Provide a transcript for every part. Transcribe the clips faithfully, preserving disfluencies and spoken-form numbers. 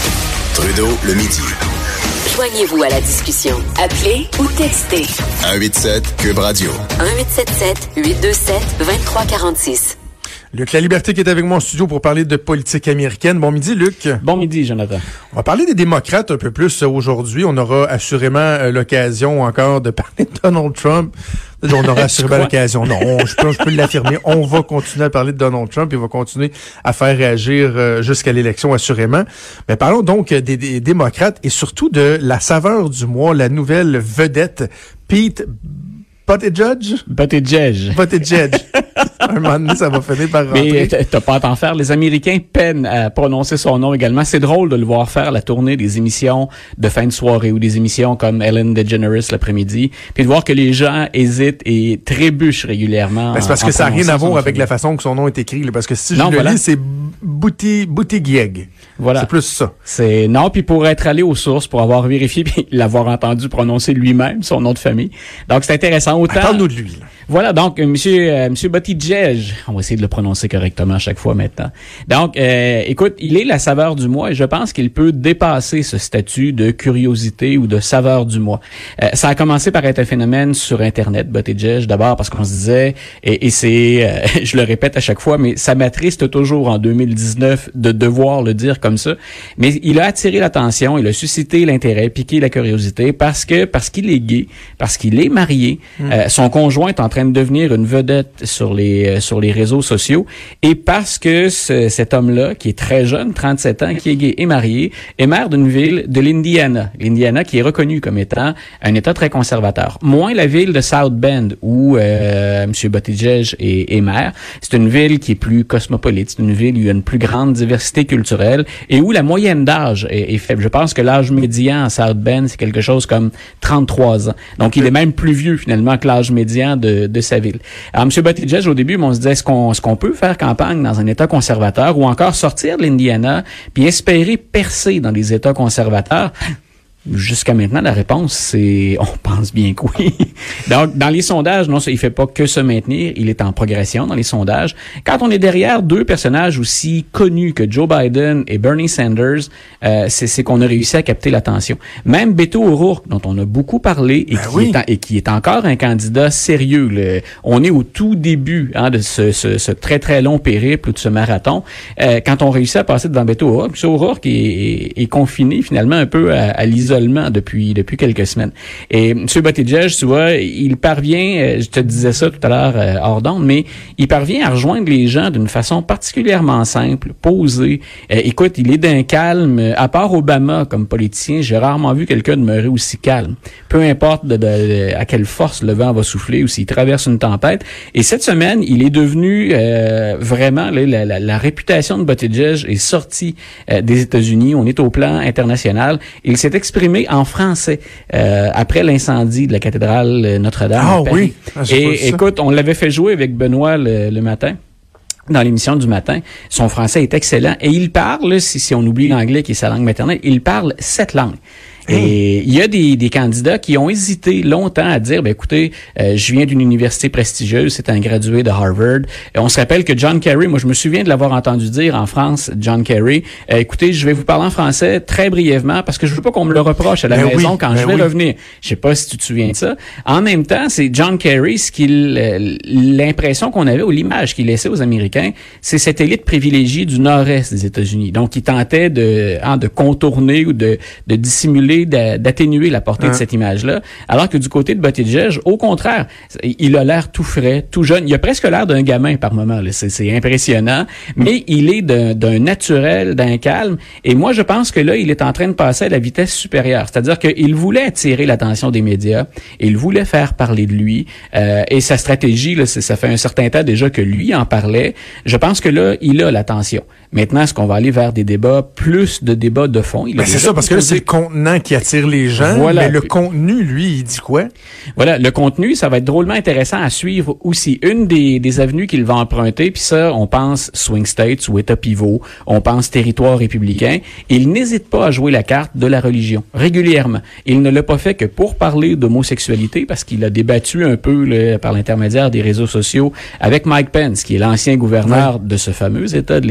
Trudeau le midi. Joignez-vous à la discussion. Appelez ou textez. un huit sept Cube Radio. un huit sept sept huit deux sept deux trois quatre six. Luc La Liberté qui est avec moi en studio pour parler de politique américaine. Bon midi, Luc. Bon midi, Jonathan. On va parler des démocrates un peu plus aujourd'hui. On aura assurément euh, l'occasion encore de parler de Donald Trump. On aura assurément l'occasion. Non, on, je peux, je peux l'affirmer. On va continuer à parler de Donald Trump et on va continuer à faire réagir euh, jusqu'à l'élection, assurément. Mais parlons donc des, des démocrates et surtout de la saveur du mois, la nouvelle vedette Pete Buttigieg. Buttigieg. Buttigieg. Un moment donné, ça va finir par rentrer. Mais t'as pas à t'en faire. Les Américains peinent à prononcer son nom également. C'est drôle de le voir faire la tournée des émissions de fin de soirée ou des émissions comme Ellen DeGeneres l'après-midi, puis de voir que les gens hésitent et trébuchent régulièrement. Ben, c'est parce en, que en ça n'a rien à voir avec famille. la façon que son nom est écrit. Là, parce que si non, je voilà. le lis, c'est Bouti, Buttigieg. Voilà. C'est plus ça. C'est non, puis pour être allé aux sources, pour avoir vérifié puis l'avoir entendu prononcer lui-même son nom de famille. Donc c'est intéressant. Autant. Ah, parle-nous de lui. Là. Voilà, donc euh, monsieur euh, monsieur Buttigieg, on va essayer de le prononcer correctement à chaque fois maintenant. Donc euh, écoute, il est la saveur du mois et je pense qu'il peut dépasser ce statut de curiosité ou de saveur du mois. Euh, ça a commencé par être un phénomène sur internet, Buttigieg, d'abord parce qu'on se disait et, et c'est euh, je le répète à chaque fois, mais ça m'attriste toujours en deux mille dix-neuf de devoir le dire comme ça, mais il a attiré l'attention, il a suscité l'intérêt, piqué la curiosité parce que parce qu'il est gay, parce qu'il est marié, mmh. euh, son conjoint est en train de devenir une vedette sur les euh, sur les réseaux sociaux et parce que ce, cet homme-là qui est très jeune, trente-sept ans, qui est gay et marié, est maire d'une ville de l'Indiana, l'Indiana qui est reconnue comme étant un État très conservateur. Moins la ville de South Bend où euh, M. Buttigieg est, est maire. C'est une ville qui est plus cosmopolite, c'est une ville où il y a une plus grande diversité culturelle et où la moyenne d'âge est, est faible. Je pense que l'âge médian à South Bend, c'est quelque chose comme trente-trois ans. Donc, il est même plus vieux finalement que l'âge médian de, de sa ville. Alors, M. Buttigieg, au début, on se disait, est-ce qu'on, est-ce qu'on peut faire campagne dans un État conservateur ou encore sortir de l'Indiana puis espérer percer dans les États conservateurs? Jusqu'à maintenant, la réponse, c'est on pense bien que oui. Donc, dans les sondages, non, il fait pas que se maintenir, il est en progression dans les sondages. Quand on est derrière deux personnages aussi connus que Joe Biden et Bernie Sanders, euh, c'est, c'est qu'on a réussi à capter l'attention. Même Beto O'Rourke, dont on a beaucoup parlé et, ben qui, oui. est en, et qui est encore un candidat sérieux. Le, on est au tout début hein, de ce, ce, ce très très long périple ou de ce marathon. Euh, quand on réussit à passer devant Beto O'Rourke, M. O'Rourke est, est, est confiné finalement un peu à, à l'isolement depuis depuis quelques semaines. Et M. Buttigieg, tu vois, il parvient, je te disais ça tout à l'heure euh, hors d'onde, mais il parvient à rejoindre les gens d'une façon particulièrement simple, posée. Euh, écoute, il est d'un calme, à part Obama comme politicien, j'ai rarement vu quelqu'un demeurer aussi calme. Peu importe de, de, de, à quelle force le vent va souffler ou s'il traverse une tempête. Et cette semaine, il est devenu euh, vraiment, là, la, la, la réputation de Buttigieg est sortie euh, des États-Unis. On est au plan international. Il s'est exprimé en français euh, après l'incendie de la cathédrale Notre-Dame. Ah à Paris. oui. Ah, et écoute, on l'avait fait jouer avec Benoît le, le matin. Dans l'émission du matin, son français est excellent et il parle, si, si on oublie l'anglais qui est sa langue maternelle, il parle sept langues. Et il y a des, des candidats qui ont hésité longtemps à dire, ben écoutez, euh, je viens d'une université prestigieuse, c'est un gradué de Harvard. Et on se rappelle que John Kerry, moi je me souviens de l'avoir entendu dire en France, John Kerry, euh, écoutez, je vais vous parler en français très brièvement parce que je veux pas qu'on me le reproche à la ben maison oui, quand ben je vais oui. revenir. Je sais pas si tu te souviens de ça. En même temps, c'est John Kerry, ce qu'il, euh, l'impression qu'on avait ou l'image qu'il laissait aux Américains, c'est cette élite privilégiée du nord-est des États-Unis. Donc, il tentait de, hein, de contourner ou de, de dissimuler, de, d'atténuer la portée hein. de cette image-là. Alors que du côté de Buttigieg, au contraire, il a l'air tout frais, tout jeune. Il a presque l'air d'un gamin par moment. Là. C'est, c'est impressionnant. Mais il est d'un, d'un naturel, d'un calme. Et moi, je pense que là, il est en train de passer à la vitesse supérieure. C'est-à-dire qu'il voulait attirer l'attention des médias. Il voulait faire parler de lui. Euh, et sa stratégie, là, c'est, ça fait un certain temps déjà que lui en parlait. Je pense que là, il a l'attention. Maintenant, est-ce qu'on va aller vers des débats, plus de débats de fond? Il ben c'est ça, parce que là, c'est le contenant qui attire les gens, voilà. Mais le contenu, lui, il dit quoi? Voilà, le contenu, ça va être drôlement intéressant à suivre aussi. Une des, des avenues qu'il va emprunter, puis ça, on pense swing states ou État pivot, on pense territoire républicain. Il n'hésite pas à jouer la carte de la religion, régulièrement. Il ne l'a pas fait que pour parler d'homosexualité, parce qu'il a débattu un peu là, par l'intermédiaire des réseaux sociaux avec Mike Pence, qui est l'ancien gouverneur ouais. de ce fameux État de l'Indiana.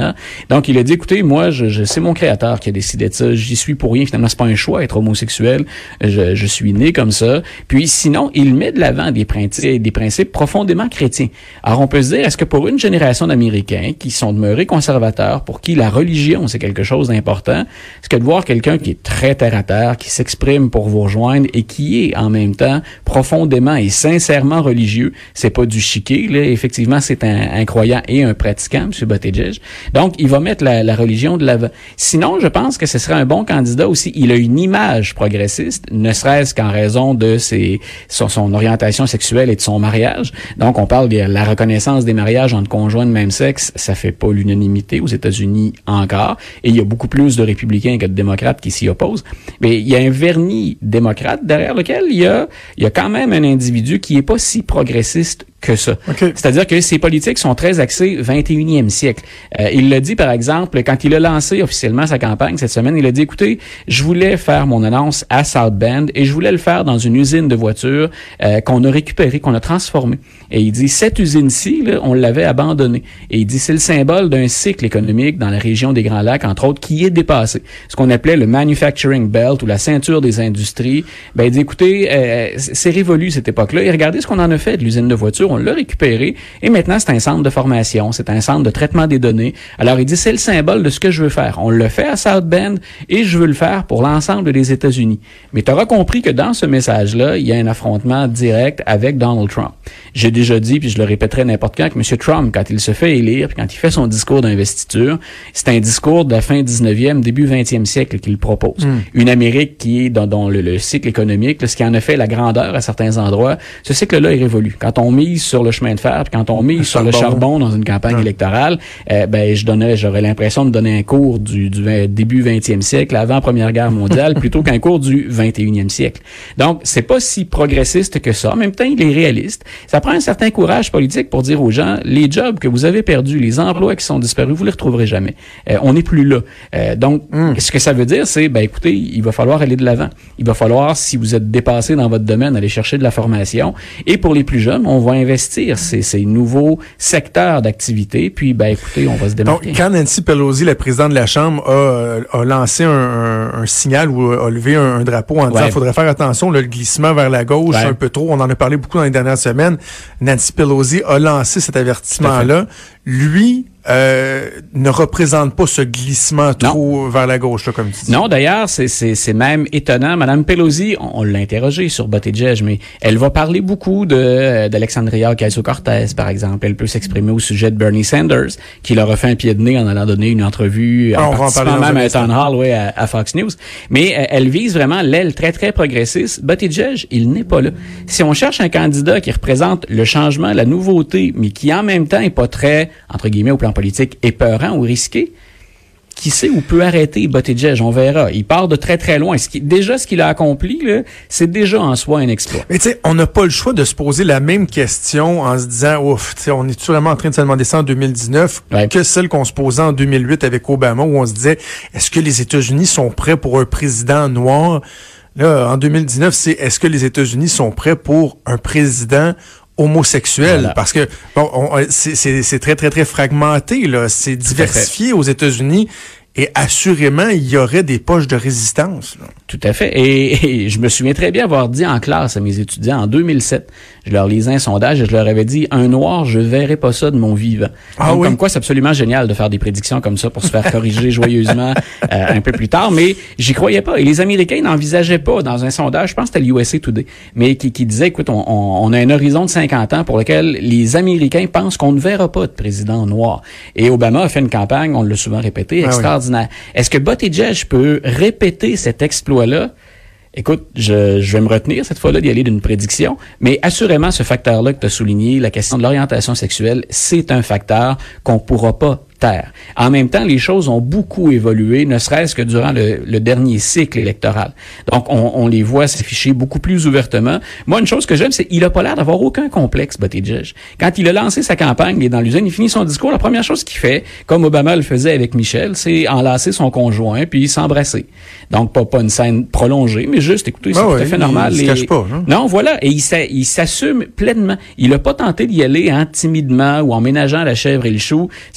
maintenant. Donc, il a dit, écoutez, moi, je, je c'est mon créateur qui a décidé de ça. J'y suis pour rien. Finalement, c'est pas un choix, être homosexuel. Je, je suis né comme ça. Puis, sinon, il met de l'avant des principes, des principes profondément chrétiens. Alors, on peut se dire, est-ce que pour une génération d'Américains qui sont demeurés conservateurs, pour qui la religion, c'est quelque chose d'important, est-ce que de voir quelqu'un qui est très terre-à-terre, qui s'exprime pour vous rejoindre et qui est en même temps profondément et sincèrement religieux, c'est pas du chiquet, là. Effectivement, c'est un, un croyant et un pratiquant, M. Buttigieg. Donc, il va mettre la, la religion de l'avant. Sinon, je pense que ce serait un bon candidat aussi. Il a une image progressiste, ne serait-ce qu'en raison de ses, son, son orientation sexuelle et de son mariage. Donc, on parle de la reconnaissance des mariages entre conjoints de même sexe. Ça fait pas l'unanimité aux États-Unis encore. Et il y a beaucoup plus de républicains que de démocrates qui s'y opposent. Mais il y a un vernis démocrate derrière lequel il y a, il y a quand même un individu qui est pas si progressiste que ça. Okay. C'est-à-dire que ses politiques sont très axées vingt et unième siècle. Euh, il l'a dit, par exemple, quand il a lancé officiellement sa campagne cette semaine, il a dit, écoutez, je voulais faire mon annonce à South Bend et je voulais le faire dans une usine de voitures euh, qu'on a récupérée, qu'on a transformée. Et il dit, cette usine-ci, là, on l'avait abandonnée. Et il dit, c'est le symbole d'un cycle économique dans la région des Grands Lacs, entre autres, qui est dépassé. Ce qu'on appelait le manufacturing belt ou la ceinture des industries. Ben, il dit, écoutez, euh, c'est révolu cette époque-là. Et regardez ce qu'on en a fait de l'usine de voitures. On l'a récupéré et maintenant c'est un centre de formation, c'est un centre de traitement des données. Alors il dit c'est le symbole de ce que je veux faire. On le fait à South Bend et je veux le faire pour l'ensemble des États-Unis. Mais tu auras compris que dans ce message-là, il y a un affrontement direct avec Donald Trump. J'ai déjà dit, puis je le répéterai n'importe quand, que M. Trump, quand il se fait élire, puis quand il fait son discours d'investiture, c'est un discours de la fin dix-neuvième, début vingtième siècle qu'il propose. Mm. Une Amérique qui est dans, dans le, le cycle économique, là, ce qui en a fait la grandeur à certains endroits, ce cycle-là est révolu. Quand on mise sur le chemin de fer, puis quand on mise sur le charbon dans une campagne ouais. électorale, euh, ben je donnais, j'aurais l'impression de donner un cours du, du vingt, début vingtième siècle, avant Première Guerre mondiale, plutôt qu'un cours du vingt et unième siècle. Donc, c'est pas si progressiste que ça. En même temps, il est réaliste. Ça prend un certain courage politique pour dire aux gens, les jobs que vous avez perdus, les emplois qui sont disparus, vous les retrouverez jamais. Euh, on n'est plus là. Euh, donc, mm. ce que ça veut dire, c'est, ben écoutez, il va falloir aller de l'avant. Il va falloir, si vous êtes dépassé dans votre domaine, aller chercher de la formation. Et pour les plus jeunes, on va investir ces, ces nouveaux secteurs d'activité. Puis, ben écoutez, on va se démarquer. Donc, quand Nancy Pelosi, la présidente de la Chambre, a, a lancé un, un, un signal ou a levé un, un drapeau en disant qu'il faudrait faire attention, là, le glissement vers la gauche, ouais. un peu trop, on en a parlé beaucoup dans les dernières semaines, Nancy Pelosi a lancé cet avertissement-là. Lui, euh, ne représente pas ce glissement trop non. vers la gauche, là, comme tu dis. Non, d'ailleurs, c'est, c'est, c'est même étonnant. Madame Pelosi, on, on l'a interrogée sur Buttigieg, mais elle va parler beaucoup de d'Alexandria Ocasio-Cortez, par exemple. Elle peut s'exprimer au sujet de Bernie Sanders, qui leur a fait un pied de nez en allant donner une entrevue, en participant même à un town hall, ouais, à, à Fox News. Mais euh, elle vise vraiment l'aile très, très progressiste. Buttigieg, il n'est pas là. Si on cherche un candidat qui représente le changement, la nouveauté, mais qui en même temps est pas très, entre guillemets, au plan politique épeurant ou risqué, qui sait où peut arrêter Buttigieg, on verra. Il part de très, très loin. Ce qui, déjà, ce qu'il a accompli, là, c'est déjà en soi un exploit. Mais tu sais, on n'a pas le choix de se poser la même question en se disant, ouf, tu sais, on est vraiment en train de se demander ça en deux mille dix-neuf ouais. que celle qu'on se posait en deux mille huit avec Obama, où on se disait, est-ce que les États-Unis sont prêts pour un président noir? Là, en deux mille dix-neuf, c'est est-ce que les États-Unis sont prêts pour un président homosexuel, voilà. parce que bon, on, c'est, c'est, c'est très, très, très fragmenté, là. C'est diversifié aux États-Unis. Et assurément, il y aurait des poches de résistance. Là. Tout à fait. Et, et je me souviens très bien avoir dit en classe à mes étudiants en deux mille sept, je leur lisais un sondage et je leur avais dit « Un noir, je verrai pas ça de mon vivant. » Ah Donc, oui? comme quoi, c'est absolument génial de faire des prédictions comme ça pour se faire corriger joyeusement euh, un peu plus tard. Mais j'y croyais pas. Et les Américains n'envisageaient pas dans un sondage, je pense que c'était l'U S A Today, mais qui, qui disait « Écoute, on, on, on a un horizon de cinquante ans pour lequel les Américains pensent qu'on ne verra pas de président noir. » Et Obama a fait une campagne, on l'a souvent répété, ah extraordinaire. Oui. Est-ce que Buttigieg peut répéter cet exploit-là? Écoute, je, je vais me retenir cette fois-là d'y aller d'une prédiction, mais assurément, ce facteur-là que tu as souligné, la question de l'orientation sexuelle, c'est un facteur qu'on pourra pas taire. En même temps, les choses ont beaucoup évolué, ne serait-ce que durant le, le dernier cycle électoral. Donc, on, on les voit s'afficher beaucoup plus ouvertement. Moi, une chose que j'aime, c'est qu'il a pas l'air d'avoir aucun complexe, Buttigieg. Quand il a lancé sa campagne, il est dans l'usine, il finit son discours, la première chose qu'il fait, comme Obama le faisait avec Michel, c'est enlacer son conjoint puis s'embrasser. Donc, pas, pas une scène prolongée, mais juste, écoutez, c'est ah tout ouais, à fait normal. Il et, se cache pas. Hein? Non, voilà, et il, s'a, il s'assume pleinement. Il a pas tenté d'y aller hein, timidement ou en ménageant la chèvre et le chou. Ce qu'il a dit,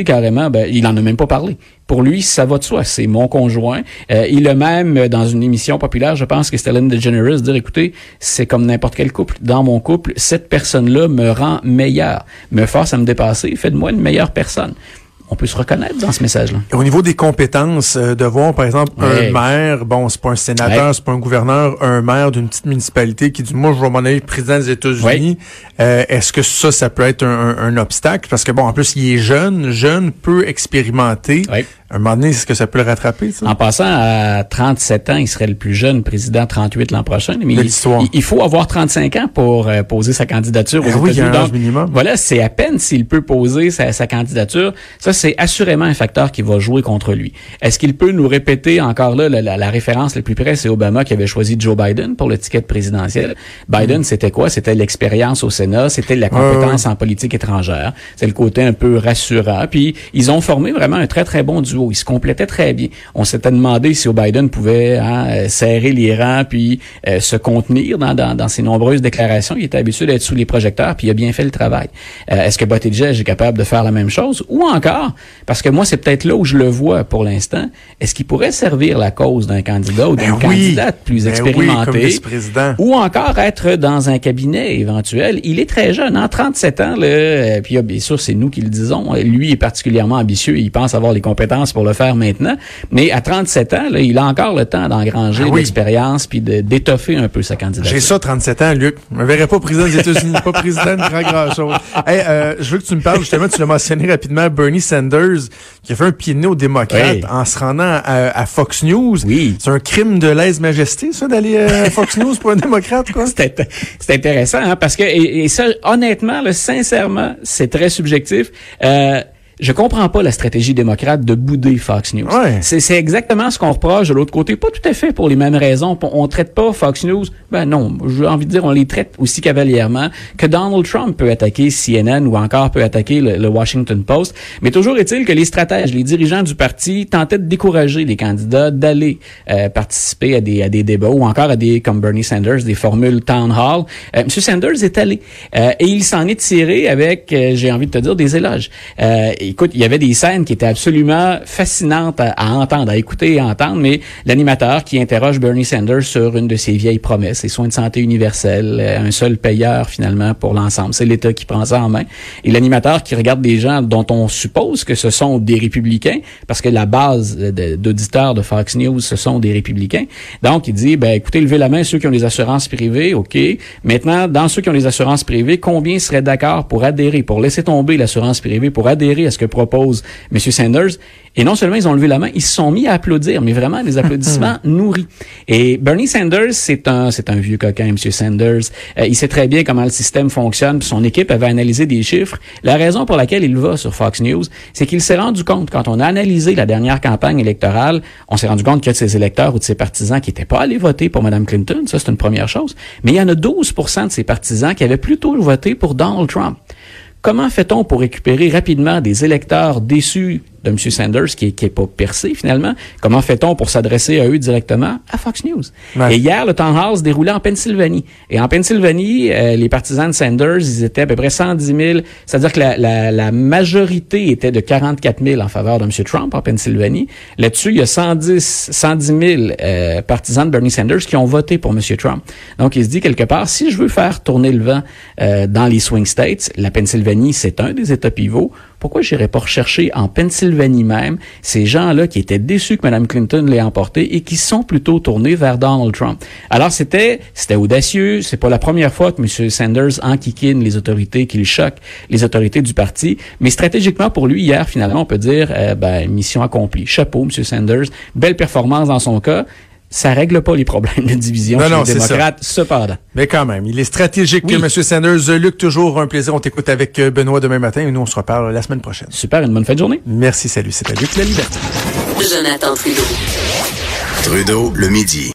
carrément, ben, il en a même pas parlé. Pour lui, ça va de soi. C'est mon conjoint. Euh, il a même, dans une émission populaire, je pense que c'était Ellen DeGeneres, dire, écoutez, c'est comme n'importe quel couple. Dans mon couple, cette personne-là me rend meilleur, me force à me dépasser, fait de moi une meilleure personne. On peut se reconnaître dans ce message-là. Au niveau des compétences, euh, de voir, par exemple, ouais. un maire, bon, c'est pas un sénateur, ouais. c'est pas un gouverneur, un maire d'une petite municipalité qui dit, moi, je vais m'en aller président des États-Unis. Ouais. Euh, est-ce que ça, ça peut être un, un, un obstacle? Parce que, bon, en plus, il est jeune, jeune, peu expérimenté. Ouais. À un moment donné, est-ce que ça peut le rattraper, ça? En passant à trente-sept ans, il serait le plus jeune président, trente-huit l'an prochain. Mais il, il, il faut avoir trente-cinq ans pour euh, poser sa candidature aux oui, États-Unis. Il y a un âge minimum. Voilà, c'est à peine s'il peut poser sa, sa candidature. Ça, c'est assurément un facteur qui va jouer contre lui. Est-ce qu'il peut nous répéter encore là, la, la, la référence la plus près, c'est Obama qui avait choisi Joe Biden pour le ticket présidentiel. Biden, mmh. c'était quoi? C'était l'expérience au Sénat, c'était la compétence euh... en politique étrangère. C'est le côté un peu rassurant. Puis, ils ont formé vraiment un très, très bon duo. Ils se complétaient très bien. On s'était demandé si Biden pouvait hein, serrer les rangs puis euh, se contenir dans, dans, dans ses nombreuses déclarations. Il était habitué d'être sous les projecteurs puis il a bien fait le travail. Euh, est-ce que Buttigieg est capable de faire la même chose? Ou encore, parce que moi, c'est peut-être là où je le vois pour l'instant, est-ce qu'il pourrait servir la cause d'un candidat ou d'une ben candidate oui, plus expérimentée? Ben oui, vice-président. Ou encore être dans un cabinet éventuel? Il est très jeune, en trente-sept ans, là, euh, puis bien sûr, c'est nous qui le disons. Lui est particulièrement ambitieux et il pense avoir les compétences pour le faire maintenant, mais à trente-sept ans, là, il a encore le temps d'engranger ah oui. l'expérience puis de, d'étoffer un peu sa candidature. J'ai ça, trente-sept ans, Luc. Je me verrais pas président des États-Unis, pas président de grand grand-chose. Hey, euh, je veux que tu me parles, justement, tu l'as mentionné rapidement, Bernie Sanders, qui a fait un pied de nez aux démocrates oui. en se rendant à, à Fox News. Oui. C'est un crime de lèse-majesté, ça, d'aller à Fox News pour un démocrate, quoi? C'est, c'est intéressant, hein, parce que, et, et ça, honnêtement, là, sincèrement, c'est très subjectif. Euh, Je comprends pas la stratégie démocrate de bouder Fox News. Ouais. C'est, c'est exactement ce qu'on reproche de l'autre côté. Pas tout à fait pour les mêmes raisons. On traite pas Fox News. Ben non, j'ai envie de dire, on les traite aussi cavalièrement que Donald Trump peut attaquer C N N ou encore peut attaquer le, le Washington Post. Mais toujours est-il que les stratèges, les dirigeants du parti tentaient de décourager les candidats d'aller euh, participer à des, à des débats ou encore à des, comme Bernie Sanders, des formules town hall. Euh, M. Sanders est allé euh, et il s'en est tiré avec, euh, j'ai envie de te dire, des éloges. Euh, Écoute, il y avait des scènes qui étaient absolument fascinantes à, à entendre, à écouter et à entendre, mais l'animateur qui interroge Bernie Sanders sur une de ses vieilles promesses, les soins de santé universels, un seul payeur finalement pour l'ensemble, c'est l'État qui prend ça en main. Et l'animateur qui regarde des gens dont on suppose que ce sont des républicains, parce que la base de, d'auditeurs de Fox News, ce sont des républicains. Donc, il dit, ben écoutez, levez la main ceux qui ont des assurances privées, OK. Maintenant, dans ceux qui ont des assurances privées, combien seraient d'accord pour adhérer, pour laisser tomber l'assurance privée, pour adhérer à ce que propose M. Sanders? Et non seulement ils ont levé la main, ils se sont mis à applaudir, mais vraiment des applaudissements nourris. Et Bernie Sanders, c'est un c'est un vieux coquin, M. Sanders. Euh, il sait très bien comment le système fonctionne. Puis son équipe avait analysé des chiffres. La raison pour laquelle il va sur Fox News, c'est qu'il s'est rendu compte, quand on a analysé la dernière campagne électorale, on s'est rendu compte qu'il y a de ses électeurs ou de ses partisans qui n'étaient pas allés voter pour Mme Clinton. Ça, c'est une première chose. Mais il y en a douze pour cent de ses partisans qui avaient plutôt voté pour Donald Trump. Comment fait-on pour récupérer rapidement des électeurs déçus de M. Sanders, qui est, qui est pas percé finalement? Comment fait-on pour s'adresser à eux directement? À Fox News. Ouais. Et hier, le town hall se déroulait en Pennsylvanie. Et en Pennsylvanie, euh, les partisans de Sanders, ils étaient à peu près cent dix mille. C'est-à-dire que la, la, la majorité était de quarante-quatre mille en faveur de M. Trump en Pennsylvanie. Là-dessus, il y a cent dix, cent dix mille euh, partisans de Bernie Sanders qui ont voté pour M. Trump. Donc, il se dit quelque part, si je veux faire tourner le vent euh, dans les swing states, la Pennsylvanie, c'est un des États pivots, pourquoi j'irais pas rechercher en Pennsylvanie même ces gens-là qui étaient déçus que Mme Clinton l'ait emporté et qui sont plutôt tournés vers Donald Trump? Alors, c'était c'était audacieux. C'est pas la première fois que M. Sanders enquiquine les autorités, qu'il choque les autorités du parti. Mais stratégiquement, pour lui, hier, finalement, on peut dire, euh, ben, mission accomplie. Chapeau, M. Sanders. Belle performance dans son cas. Ça règle pas les problèmes de division non, chez non, les démocrates, cependant. Mais quand même, il est stratégique, oui. M. Sanders. Luc, toujours un plaisir. On t'écoute avec Benoît demain matin et nous, on se reparle la semaine prochaine. Super, une bonne fin de journée. Merci, salut. C'était Luc La Liberté. Jonathan Trudeau. Trudeau, le midi.